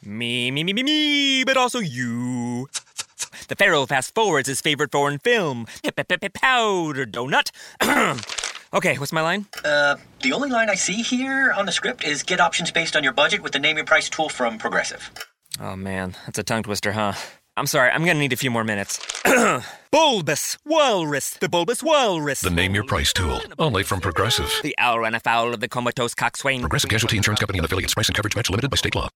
Me, but also you. The Pharaoh fast forwards his favorite foreign film, Powder Donut. Okay, what's my line? The only line I see here on the script is get options based on your budget with the Name Your Price tool from Progressive. Oh man, that's a tongue twister, huh? I'm sorry, I'm gonna need a few more minutes. Bulbous Walrus, the Bulbous Walrus. The Name Your Price tool, only from Progressive. The owl ran afoul of the comatose coxswain. Progressive Casualty Insurance Company and affiliates. Price and coverage match limited by state law.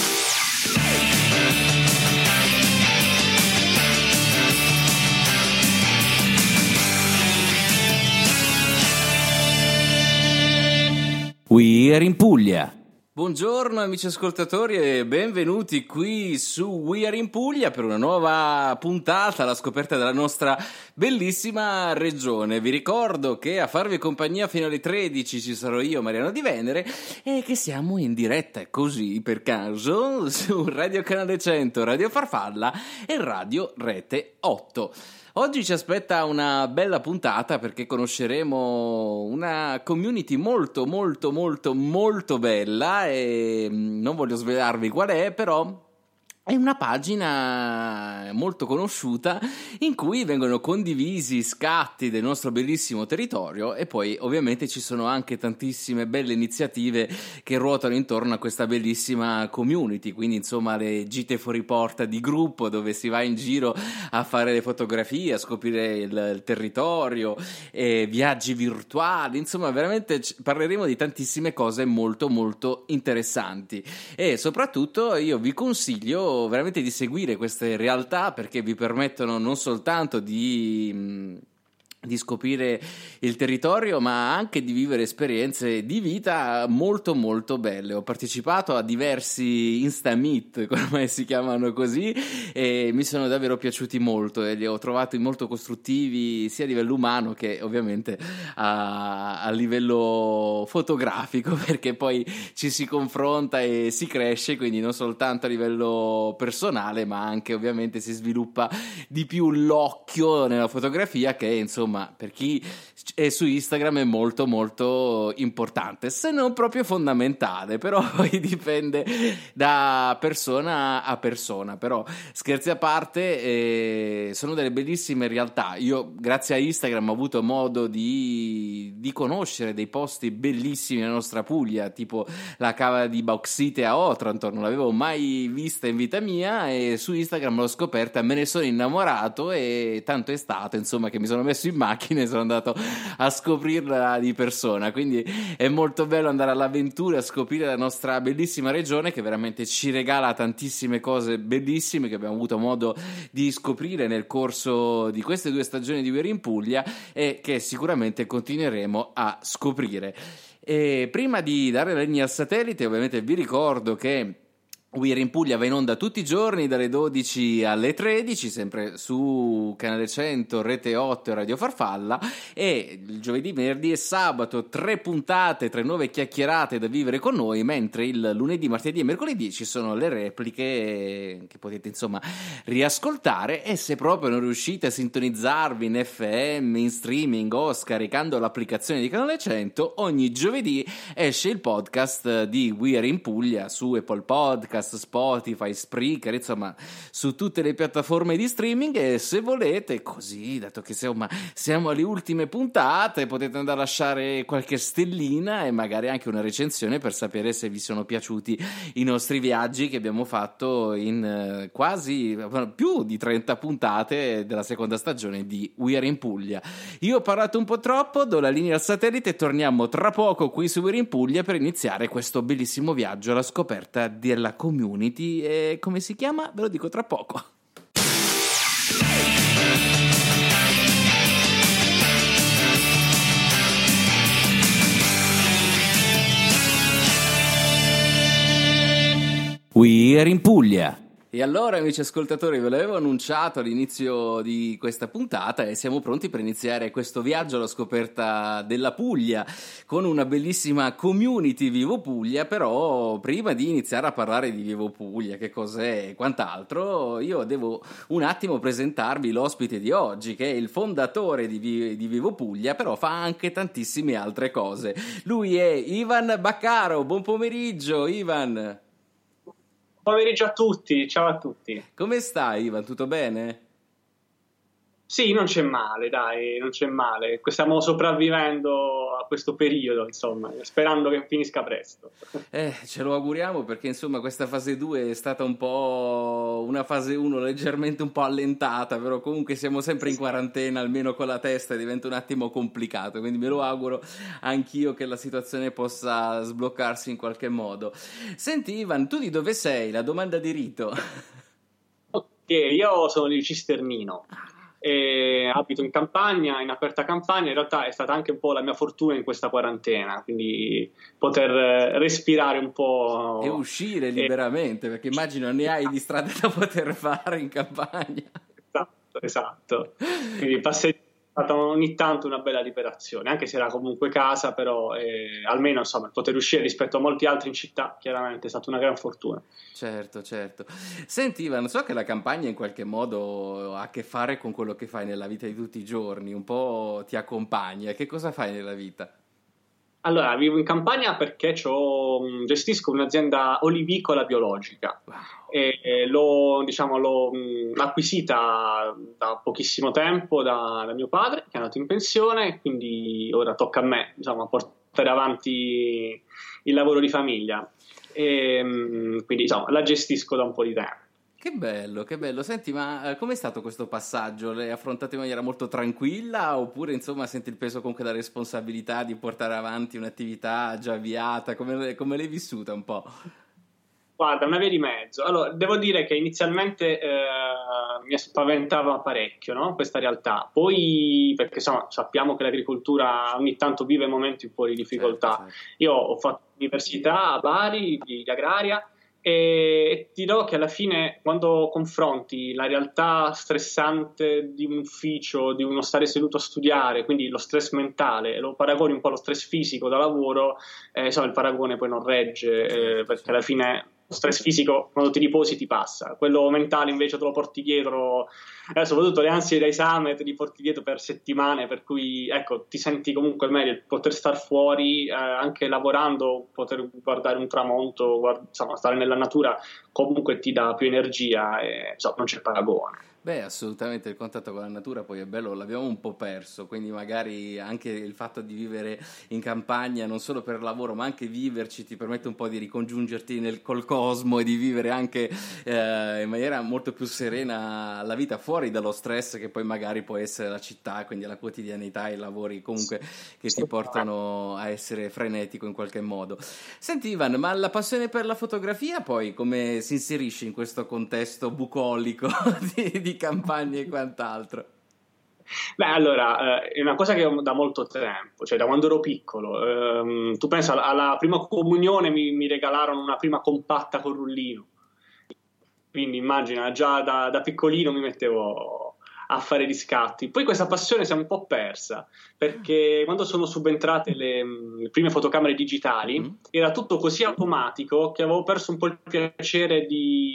We Are in Puglia. Buongiorno amici ascoltatori e benvenuti qui su We Are in Puglia per una nuova puntata alla scoperta della nostra bellissima regione. Vi ricordo che a farvi compagnia fino alle 13 ci sarò io, Mariano Di Venere, e che siamo in diretta così per caso su Radio Canale 100, Radio Farfalla e Radio Rete 8. Oggi ci aspetta una bella puntata perché conosceremo una community molto bella e non voglio svelarvi qual è, però è una pagina molto conosciuta in cui vengono condivisi scatti del nostro bellissimo territorio e poi ovviamente ci sono anche tantissime belle iniziative che ruotano intorno a questa bellissima community, quindi insomma le gite fuori porta di gruppo dove si va in giro a fare le fotografie, a scoprire il territorio, viaggi virtuali, insomma veramente parleremo di tantissime cose molto interessanti e soprattutto io vi consiglio veramente di seguire queste realtà perché vi permettono non soltanto di scoprire il territorio ma anche di vivere esperienze di vita molto belle. Ho partecipato a diversi Instameet, come si chiamano così, e mi sono davvero piaciuti molto e li ho trovati molto costruttivi sia a livello umano che ovviamente a livello fotografico, perché poi ci si confronta e si cresce, quindi non soltanto a livello personale ma anche ovviamente si sviluppa di più l'occhio nella fotografia, che insomma per chi è su Instagram è molto importante, se non proprio fondamentale, però poi dipende da persona a persona. Però scherzi a parte, sono delle bellissime realtà. Io grazie a Instagram ho avuto modo di conoscere dei posti bellissimi nella nostra Puglia, tipo la cava di Bauxite a Otranto, non l'avevo mai vista in vita mia e su Instagram l'ho scoperta, me ne sono innamorato e tanto è stato insomma che mi sono messo in macchina e sono andato a scoprirla di persona, quindi è molto bello andare all'avventura, a scoprire la nostra bellissima regione che veramente ci regala tantissime cose bellissime che abbiamo avuto modo di scoprire nel corso di queste 2 stagioni di We Are in Puglia e che sicuramente continueremo a scoprire. E prima di dare la linea al satellite ovviamente vi ricordo che We Are in Puglia va in onda tutti i giorni dalle 12 alle 13, sempre su Canale 100, Rete 8 e Radio Farfalla, e il giovedì, venerdì e sabato 3 puntate, 3 nuove chiacchierate da vivere con noi, mentre il lunedì, martedì e mercoledì ci sono le repliche che potete insomma riascoltare, e se proprio non riuscite a sintonizzarvi in FM, in streaming o scaricando l'applicazione di Canale 100, ogni giovedì esce il podcast di We Are in Puglia su Apple Podcast, Spotify, Spreaker, insomma su tutte le piattaforme di streaming, e se volete così, dato che siamo alle ultime puntate, potete andare a lasciare qualche stellina e magari anche una recensione per sapere se vi sono piaciuti i nostri viaggi che abbiamo fatto in quasi più di 30 puntate della seconda stagione di We Are in Puglia. Io ho parlato un po' troppo, do la linea al satellite e torniamo tra poco qui su We Are in Puglia per iniziare questo bellissimo viaggio alla scoperta della community. E come si chiama? Ve lo dico tra poco. We Are in Puglia. E allora amici ascoltatori, ve l'avevo annunciato all'inizio di questa puntata e siamo pronti per iniziare questo viaggio alla scoperta della Puglia con una bellissima community Vivo Puglia. Però prima di iniziare a parlare di Vivo Puglia, che cos'è e quant'altro, io devo un attimo presentarvi l'ospite di oggi, che è il fondatore di Vivo Puglia, però fa anche tantissime altre cose. Lui è Ivan Baccaro. Buon pomeriggio Ivan. Pomeriggio a tutti, ciao a tutti. Come stai, Ivan? Tutto bene? Sì, non c'è male, dai, non c'è male. Stiamo sopravvivendo a questo periodo, insomma, sperando che finisca presto. Ce lo auguriamo, perché insomma questa fase 2 è stata un po' una fase 1 leggermente un po' allentata, però comunque siamo sempre in quarantena, almeno con la testa, e diventa un attimo complicato, quindi me lo auguro anch'io che la situazione possa sbloccarsi in qualche modo. Senti Ivan, tu di dove sei? La domanda di rito. Ok, io sono di Cisternino. E abito in campagna, in aperta campagna. In realtà è stata anche un po' la mia fortuna in questa quarantena, quindi poter respirare un po' e uscire liberamente, perché immagino ne hai di strade da poter fare in campagna. Esatto. Quindi è stata ogni tanto una bella liberazione, anche se era comunque casa, però almeno insomma poter uscire rispetto a molti altri in città chiaramente è stata una gran fortuna. Certo. Senti Ivan, so che la campagna in qualche modo ha a che fare con quello che fai nella vita di tutti i giorni, un po' ti accompagna. Che cosa fai nella vita? Allora, vivo in campagna perché gestisco un'azienda olivicola biologica. Wow. E l'ho acquisita da pochissimo tempo da mio padre, che è andato in pensione, quindi ora tocca a me, portare avanti il lavoro di famiglia. E quindi la gestisco da un po' di tempo. Che bello. Senti, ma com'è stato questo passaggio? L'hai affrontato in maniera molto tranquilla, oppure insomma senti il peso comunque della responsabilità di portare avanti un'attività già avviata? Come l'hai vissuta un po'? Guarda, una via di mezzo. Allora, devo dire che inizialmente mi spaventava parecchio, no? Questa realtà. Poi, perché sappiamo che l'agricoltura ogni tanto vive momenti un po' di difficoltà. Certo. Io ho fatto l'università a Bari, di agraria, e ti dirò che alla fine, quando confronti la realtà stressante di un ufficio, di uno stare seduto a studiare, quindi lo stress mentale, e lo paragoni un po' allo stress fisico da lavoro, il paragone poi non regge, perché alla fine lo stress fisico quando ti riposi ti passa, quello mentale invece te lo porti dietro, soprattutto le ansie da esame te li porti dietro per settimane, per cui ecco, ti senti comunque meglio poter star fuori, anche lavorando, poter guardare un tramonto, stare nella natura comunque ti dà più energia e non c'è paragone. Beh, assolutamente, il contatto con la natura poi è bello, l'abbiamo un po' perso, quindi magari anche il fatto di vivere in campagna, non solo per lavoro, ma anche viverci, ti permette un po' di ricongiungerti col cosmo e di vivere anche in maniera molto più serena la vita fuori dallo stress che poi magari può essere la città, quindi la quotidianità, i lavori comunque che ti portano a essere frenetico in qualche modo. Senti Ivan, ma la passione per la fotografia poi come si inserisce in questo contesto bucolico di campagne e quant'altro? Beh, allora, è una cosa che ho da molto tempo, cioè da quando ero piccolo. Tu pensa, alla prima comunione mi regalarono una prima compatta con rullino, quindi immagina, già da piccolino mi mettevo a fare gli scatti. Poi questa passione si è un po' persa, perché quando sono subentrate le prime fotocamere digitali era tutto così automatico che avevo perso un po' il piacere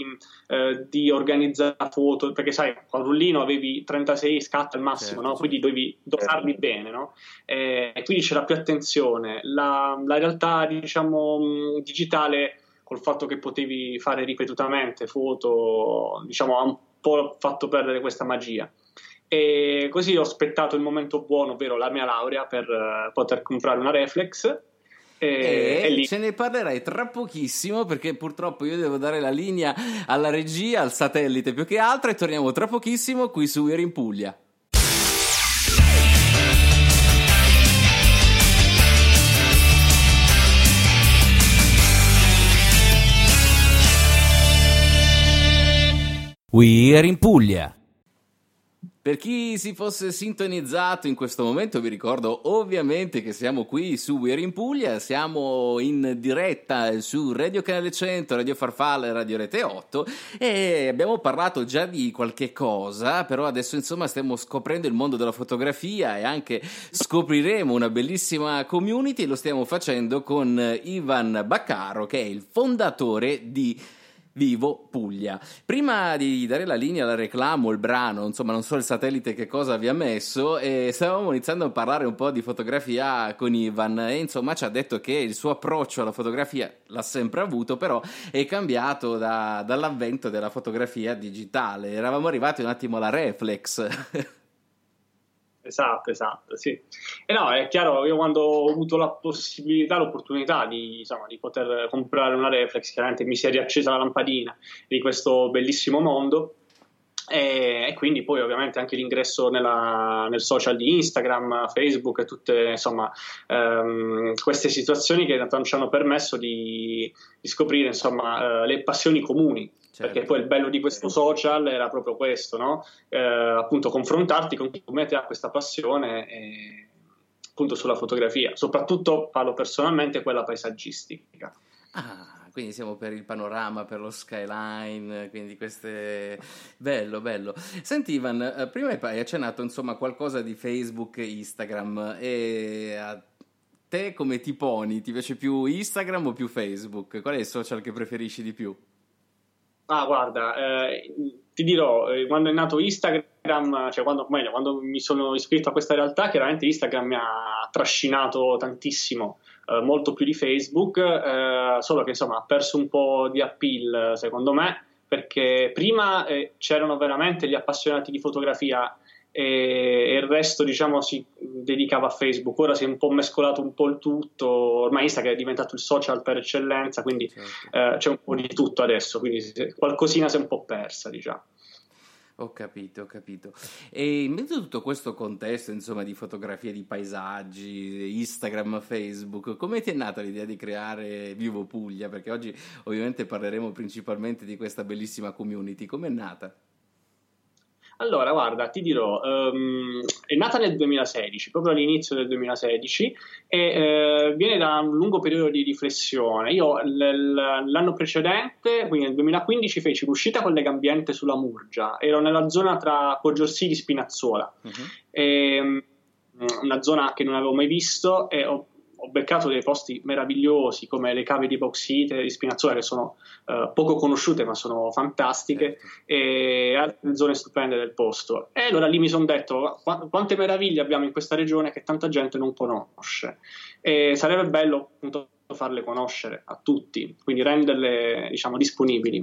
di organizzare foto, perché sai, con rullino avevi 36 scatti al massimo, certo, no? Quindi dovevi dosarli bene, no? E quindi c'era più attenzione. La realtà, digitale, col fatto che potevi fare ripetutamente foto, ha un po' fatto perdere questa magia. E così ho aspettato il momento buono, ovvero la mia laurea, per poter comprare una reflex. E lì ce ne parlerai tra pochissimo, perché purtroppo io devo dare la linea alla regia, al satellite più che altro, e torniamo tra pochissimo qui su We're in Puglia. We're in Puglia. Per chi si fosse sintonizzato in questo momento, vi ricordo ovviamente che siamo qui su We're in Puglia, siamo in diretta su Radio Canale 100, Radio Farfalla e Radio Rete 8 e abbiamo parlato già di qualche cosa, però adesso insomma stiamo scoprendo il mondo della fotografia e anche scopriremo una bellissima community. Lo stiamo facendo con Ivan Baccaro, che è il fondatore di Vivo Puglia. Prima di dare la linea alla reclamo, il brano, insomma non so il satellite che cosa vi ha messo, e stavamo iniziando a parlare un po' di fotografia con Ivan e insomma ci ha detto che il suo approccio alla fotografia l'ha sempre avuto, però è cambiato dall'avvento della fotografia digitale. Eravamo arrivati un attimo alla reflex. Esatto, sì. E no, è chiaro, io quando ho avuto la possibilità, l'opportunità di poter comprare una reflex, chiaramente mi si è riaccesa la lampadina di questo bellissimo mondo, e quindi poi ovviamente anche l'ingresso nel social di Instagram, Facebook e tutte queste situazioni che ci hanno permesso di scoprire le passioni comuni. Certo. Perché poi il bello di questo social era proprio questo, no? Appunto confrontarti con chi come te ha questa passione appunto sulla fotografia, soprattutto parlo personalmente quella paesaggistica. Quindi siamo per il panorama, per lo skyline, quindi queste... Bello. Senti Ivan, prima hai accennato insomma qualcosa di Facebook e Instagram, e a te come ti poni? Ti piace più Instagram o più Facebook? Qual è il social che preferisci di più? Guarda, ti dirò, quando è nato Instagram, quando mi sono iscritto a questa realtà, chiaramente Instagram mi ha trascinato tantissimo, molto più di Facebook, solo che insomma ha perso un po' di appeal secondo me, perché prima c'erano veramente gli appassionati di fotografia e il resto si dedicava a Facebook. Ora si è un po' mescolato un po' il tutto, ormai Instagram è diventato il social per eccellenza, quindi certo. C'è un po' di tutto adesso, quindi qualcosina si è un po' persa, diciamo. Ho capito. E in mezzo a tutto questo contesto, insomma, di fotografie di paesaggi, Instagram, Facebook, come ti è nata l'idea di creare Vivo Puglia? Perché oggi ovviamente parleremo principalmente di questa bellissima community. Come è nata? Allora, guarda, ti dirò, è nata nel 2016, proprio all'inizio del 2016, e viene da un lungo periodo di riflessione. Io l'anno precedente, quindi nel 2015, feci l'uscita con Legambiente sulla Murgia. Ero nella zona tra Poggiorsini e Spinazzola, una zona che non avevo mai visto, e ho beccato dei posti meravigliosi come le cave di Bauxite di Spinazzola, che sono poco conosciute ma sono fantastiche, e altre zone stupende del posto. E allora lì mi sono detto quante meraviglie abbiamo in questa regione che tanta gente non conosce, e sarebbe bello appunto farle conoscere a tutti, quindi renderle disponibili.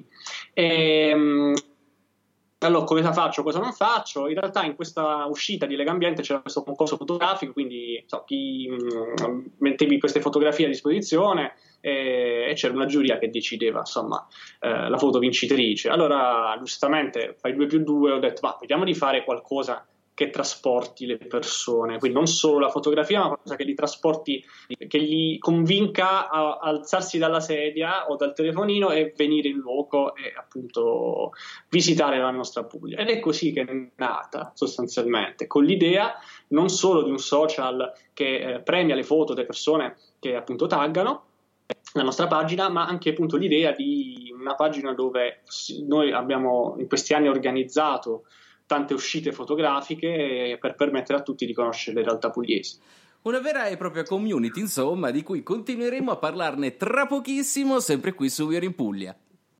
Allora, cosa faccio, cosa non faccio? In realtà in questa uscita di Legambiente c'era questo concorso fotografico, quindi mettevi queste fotografie a disposizione e c'era una giuria che decideva la foto vincitrice. Allora giustamente fai 2+2, ho detto vediamo di fare qualcosa che trasporti le persone, quindi non solo la fotografia, ma qualcosa che li trasporti, che li convinca a alzarsi dalla sedia o dal telefonino e venire in loco e appunto visitare la nostra Puglia. Ed è così che è nata sostanzialmente, con l'idea non solo di un social che premia le foto delle persone che appunto taggano la nostra pagina, ma anche appunto l'idea di una pagina dove noi abbiamo in questi anni organizzato tante uscite fotografiche per permettere a tutti di conoscere le realtà pugliesi. Una vera e propria community, insomma, di cui continueremo a parlarne tra pochissimo, sempre qui su We Are in Puglia.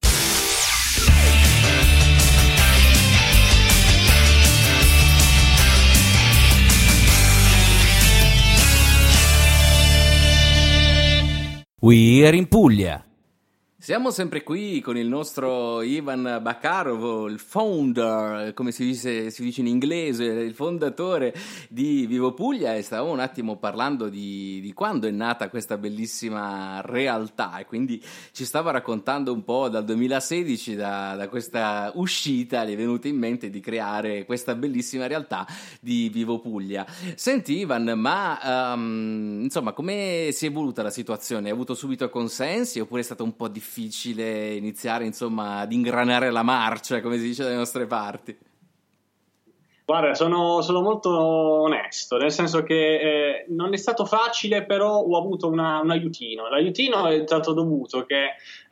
We Are in Puglia. Siamo sempre qui con il nostro Ivan Bakarov, il founder, come si dice in inglese, il fondatore di Vivo Puglia, e stavamo un attimo parlando di quando è nata questa bellissima realtà, e quindi ci stava raccontando un po' dal 2016, da questa uscita, gli è venuto in mente di creare questa bellissima realtà di Vivo Puglia. Senti Ivan, ma insomma, come si è evoluta la situazione? Hai avuto subito consensi oppure è stato un po' difficile iniziare insomma ad ingranare la marcia, come si dice dalle nostre parti? Guarda, sono molto onesto, nel senso che non è stato facile, però ho avuto un aiutino. L'aiutino è stato dovuto che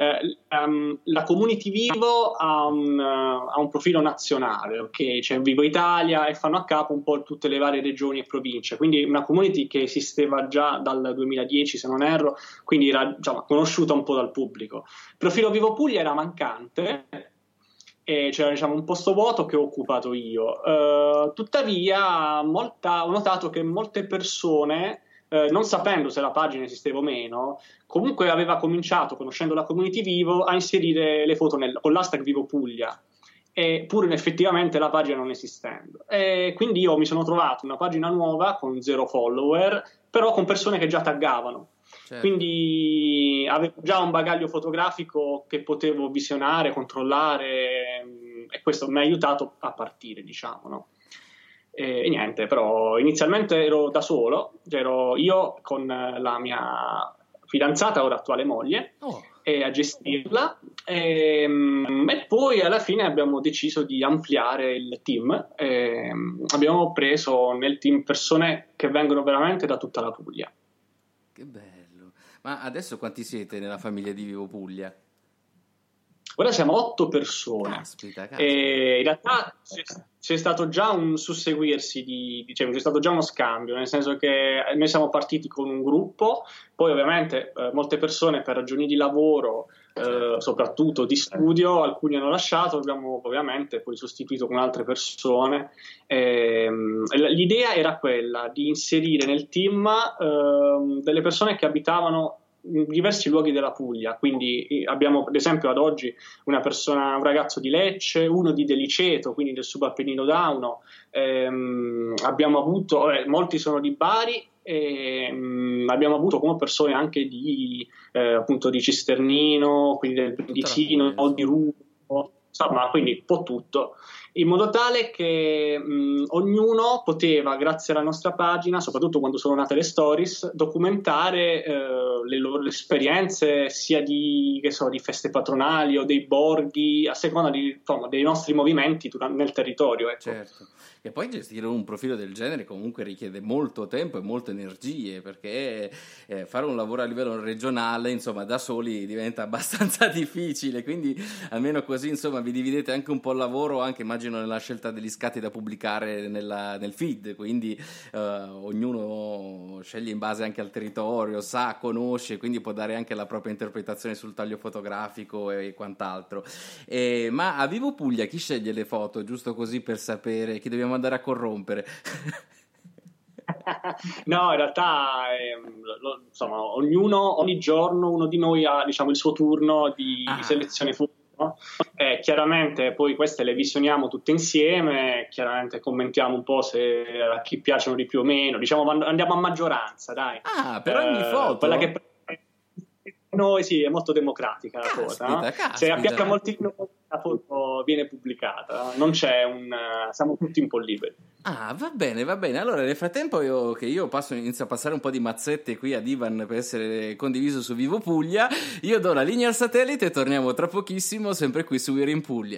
la Community Vivo ha un profilo nazionale, ok? C'è Vivo Italia e fanno a capo un po' tutte le varie regioni e province, quindi una community che esisteva già dal 2010, se non erro, quindi era, diciamo, conosciuta un po' dal pubblico. Il profilo Vivo Puglia era mancante, e c'era, diciamo, un posto vuoto che ho occupato io. Tuttavia ho notato che molte persone, non sapendo se la pagina esisteva o meno, comunque aveva cominciato, conoscendo la Community Vivo, a inserire le foto con l'hashtag Vivo Puglia, e pur effettivamente la pagina non esistendo. E quindi io mi sono trovato una pagina nuova con 0 follower, però con persone che già taggavano. Certo. Quindi avevo già un bagaglio fotografico che potevo visionare, controllare, e questo mi ha aiutato a partire, diciamo, no? E niente, però inizialmente ero da solo, ero io con la mia fidanzata, ora attuale moglie, a gestirla, e poi alla fine abbiamo deciso di ampliare il team, abbiamo preso nel team persone che vengono veramente da tutta la Puglia. Che bello. Ma adesso quanti siete nella famiglia di Vivo Puglia? Ora siamo 8 persone. Caspita. E in realtà c'è stato già un susseguirsi c'è stato già uno scambio, nel senso che noi siamo partiti con un gruppo, poi ovviamente molte persone per ragioni di lavoro, soprattutto di studio, alcuni hanno lasciato, abbiamo ovviamente poi sostituito con altre persone. L'idea era quella di inserire nel team delle persone che abitavano in diversi luoghi della Puglia, quindi abbiamo ad esempio ad oggi un ragazzo di Lecce, uno di Deliceto, quindi del subappennino Dauno, abbiamo avuto, molti sono di Bari, abbiamo avuto come persone anche appunto di Cisternino, quindi del Brindisino o di Ruvo, insomma, quindi un po' tutto, in modo tale che ognuno poteva, grazie alla nostra pagina, soprattutto quando sono nate le stories, documentare le loro esperienze sia di feste patronali o dei borghi, a seconda dei nostri movimenti nel territorio, ecco. Certo. E poi gestire un profilo del genere comunque richiede molto tempo e molte energie, perché fare un lavoro a livello regionale, insomma, da soli diventa abbastanza difficile, quindi almeno così, insomma, vi dividete anche un po' il lavoro, anche immagino nella scelta degli scatti da pubblicare nel feed, quindi ognuno sceglie in base anche al territorio, conosce, quindi può dare anche la propria interpretazione sul taglio fotografico e quant'altro. Ma a Vivo Puglia chi sceglie le foto, giusto così per sapere chi dobbiamo andare a corrompere? No, in realtà insomma, ogni giorno uno di noi ha, diciamo, il suo turno di selezione foto. Chiaramente poi queste le visioniamo tutte insieme, chiaramente commentiamo un po' se a chi piacciono di più o meno, diciamo andiamo a maggioranza, dai. Per ogni foto? Quella che noi sì, è molto democratica la foto, no? Se appiacca molti noi la foto viene pubblicata, non c'è siamo tutti un po' liberi. Va bene. Allora nel frattempo io inizio a passare un po' di mazzette qui ad Ivan per essere condiviso su Vivo Puglia, io do la linea al satellite e torniamo tra pochissimo sempre qui su We're in Puglia.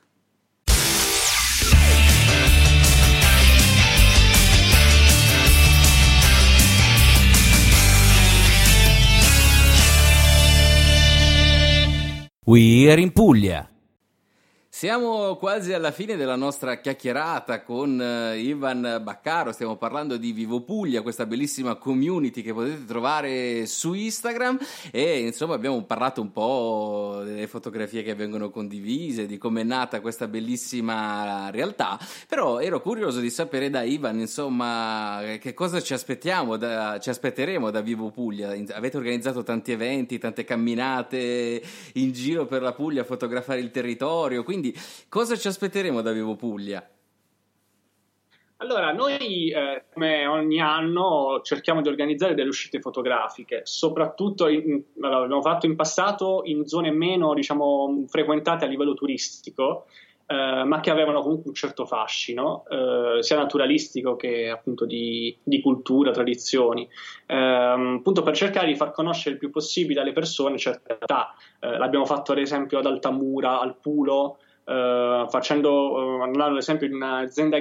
We're in Puglia. Siamo quasi alla fine della nostra chiacchierata con Ivan Baccaro, stiamo parlando di Vivo Puglia, questa bellissima community che potete trovare su Instagram, e insomma abbiamo parlato un po' delle fotografie che vengono condivise, di come è nata questa bellissima realtà, però ero curioso di sapere da Ivan, insomma, che cosa ci aspetteremo da Vivo Puglia. Avete organizzato tanti eventi, tante camminate in giro per la Puglia a fotografare il territorio, quindi cosa ci aspetteremo da Vivo Puglia? Allora, noi come ogni anno cerchiamo di organizzare delle uscite fotografiche, soprattutto l'abbiamo fatto in passato in zone meno, diciamo, frequentate a livello turistico, ma che avevano comunque un certo fascino, sia naturalistico che appunto di cultura, tradizioni, appunto per cercare di far conoscere il più possibile alle persone certe realtà. L'abbiamo fatto ad esempio ad Altamura, al Pulo, andando ad esempio in un'azienda agricola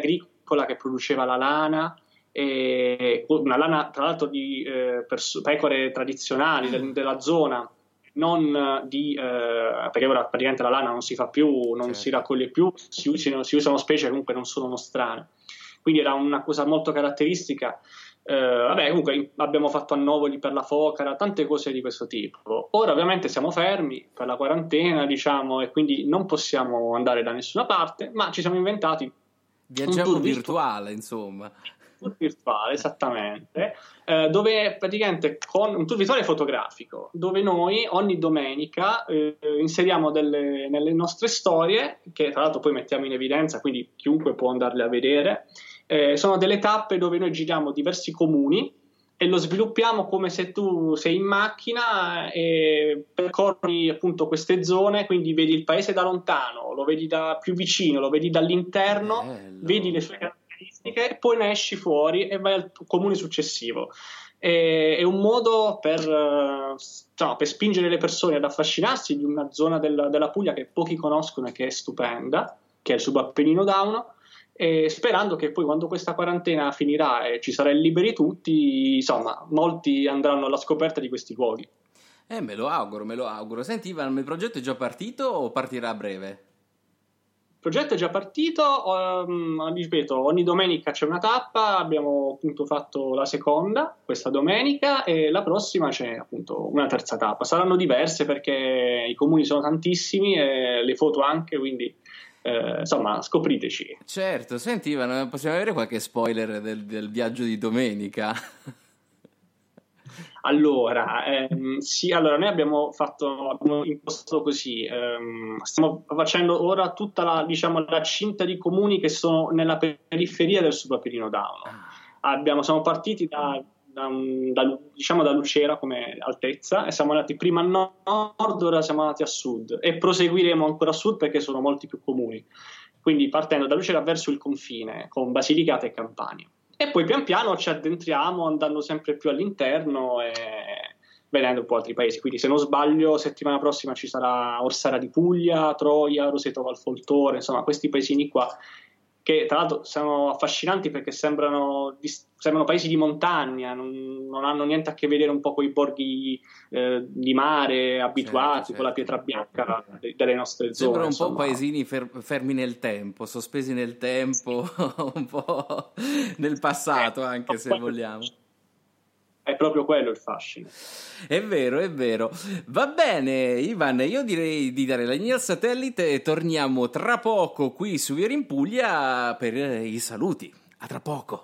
piccola che produceva la lana, e una lana tra l'altro di pecore tradizionali della zona, non perché ora praticamente la lana non si fa più, non si raccoglie più, si usano specie che comunque non sono nostrane, quindi era una cosa molto caratteristica. Comunque abbiamo fatto annovoli per la focara, tante cose di questo tipo. Ora ovviamente siamo fermi per la quarantena, diciamo, e quindi non possiamo andare da nessuna parte, ma ci siamo inventati viaggiamo un tour virtuale, insomma. Tour virtuale, esattamente, dove praticamente con un tour virtuale fotografico, dove noi ogni domenica inseriamo nelle nostre storie, che tra l'altro poi mettiamo in evidenza, quindi chiunque può andarle a vedere. Sono delle tappe dove noi giriamo diversi comuni e lo sviluppiamo come se tu sei in macchina e percorri appunto queste zone, quindi vedi il paese da lontano, lo vedi da più vicino, lo vedi dall'interno, vedi le sue caratteristiche e poi ne esci fuori e vai al comune successivo. È un modo per spingere le persone ad affascinarsi di una zona della Puglia che pochi conoscono e che è stupenda, che è il Subappennino Dauno, e sperando che poi quando questa quarantena finirà e ci sarà il liberi tutti, insomma, molti andranno alla scoperta di questi luoghi. Me lo auguro. Senti Ivan, il progetto è già partito o partirà a breve? Il progetto è già partito, ripeto, ogni domenica c'è una tappa, abbiamo appunto fatto la seconda questa domenica e la prossima c'è appunto una terza tappa. Saranno diverse perché i comuni sono tantissimi e le foto anche, quindi insomma scopriteci. Certo, senti Ivan, possiamo avere qualche spoiler del viaggio di domenica? Allora, noi abbiamo impostato così, stiamo facendo ora tutta la cinta di comuni che sono nella periferia del Subappennino Dauno. Siamo partiti da Lucera come altezza e siamo andati prima a nord, ora siamo andati a sud e proseguiremo ancora a sud perché sono molti più comuni, quindi partendo da Lucera verso il confine con Basilicata e Campania. E poi pian piano ci addentriamo andando sempre più all'interno e vedendo un po' altri paesi. Quindi se non sbaglio settimana prossima ci sarà Orsara di Puglia, Troia, Roseto Valfoltore, insomma questi paesini qua che tra l'altro sono affascinanti perché sembrano paesi di montagna, non hanno niente a che vedere un po' con i borghi di mare abituati, certo. Con la pietra bianca delle nostre zone. Sembrano un po' paesini fermi nel tempo, sospesi nel tempo, un po' nel passato anche se vogliamo. È proprio quello il fascino. È vero. Va bene, Ivan, io direi di dare la linea al satellite e torniamo tra poco qui su We Are in Puglia per i saluti. A tra poco.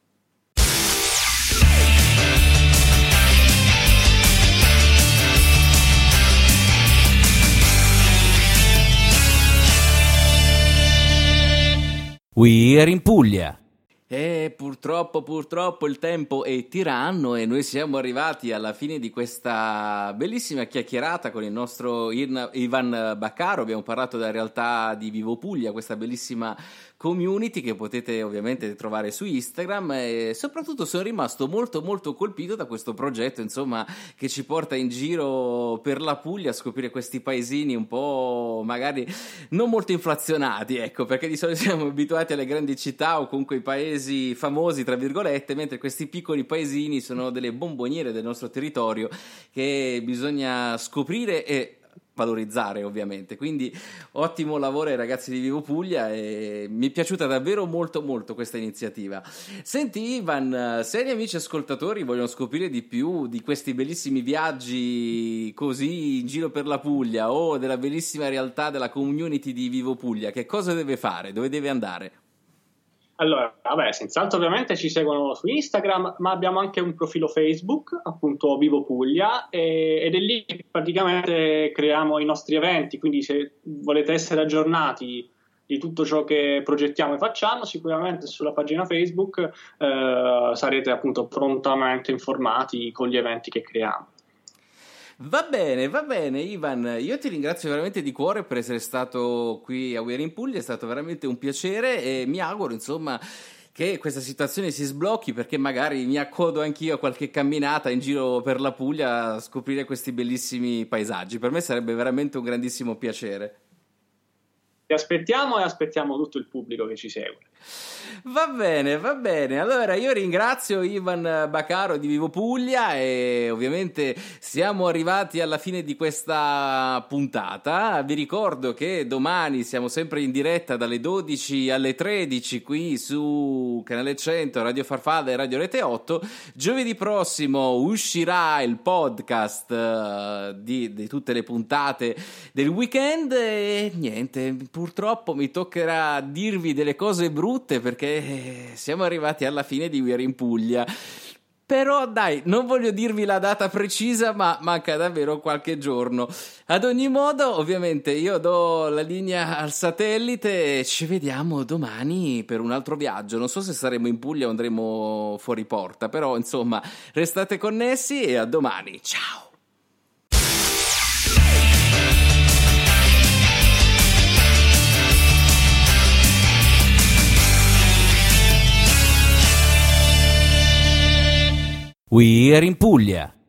We Are in Puglia. Purtroppo il tempo è tiranno e noi siamo arrivati alla fine di questa bellissima chiacchierata con il nostro Ivan Baccaro. Abbiamo parlato della realtà di Vivo Puglia, questa bellissima community che potete ovviamente trovare su Instagram, e soprattutto sono rimasto molto colpito da questo progetto, insomma, che ci porta in giro per la Puglia a scoprire questi paesini un po' magari non molto inflazionati, ecco, perché di solito siamo abituati alle grandi città o comunque ai paesi famosi tra virgolette, mentre questi piccoli paesini sono delle bomboniere del nostro territorio che bisogna scoprire e valorizzare ovviamente. Quindi ottimo lavoro ai ragazzi di Vivo Puglia e mi è piaciuta davvero molto questa iniziativa. Senti Ivan, se gli amici ascoltatori vogliono scoprire di più di questi bellissimi viaggi così in giro per la Puglia o della bellissima realtà della community di Vivo Puglia, che cosa deve fare? Dove deve andare? Allora, senz'altro ovviamente ci seguono su Instagram, ma abbiamo anche un profilo Facebook, appunto Vivo Puglia, ed è lì che praticamente creiamo i nostri eventi, quindi se volete essere aggiornati di tutto ciò che progettiamo e facciamo, sicuramente sulla pagina Facebook sarete appunto prontamente informati con gli eventi che creiamo. Va bene Ivan, io ti ringrazio veramente di cuore per essere stato qui a We Are in Puglia, è stato veramente un piacere e mi auguro insomma che questa situazione si sblocchi, perché magari mi accodo anch'io a qualche camminata in giro per la Puglia a scoprire questi bellissimi paesaggi. Per me sarebbe veramente un grandissimo piacere. Ti aspettiamo e aspettiamo tutto il pubblico che ci segue. Va bene. Allora io ringrazio Ivan Baccaro di Vivo Puglia e ovviamente siamo arrivati alla fine di questa puntata. Vi ricordo che domani siamo sempre in diretta dalle 12 alle 13 qui su Canale 100, Radio Farfalla e Radio Rete 8. Giovedì prossimo uscirà il podcast di tutte le puntate del weekend e niente, purtroppo mi toccherà dirvi delle cose brutte perché siamo arrivati alla fine di We Are in Puglia. Però dai, non voglio dirvi la data precisa, ma manca davvero qualche giorno. Ad ogni modo, ovviamente io do la linea al satellite e ci vediamo domani per un altro viaggio. Non so se saremo in Puglia o andremo fuori porta, però insomma restate connessi e a domani. Ciao! We Are in Puglia.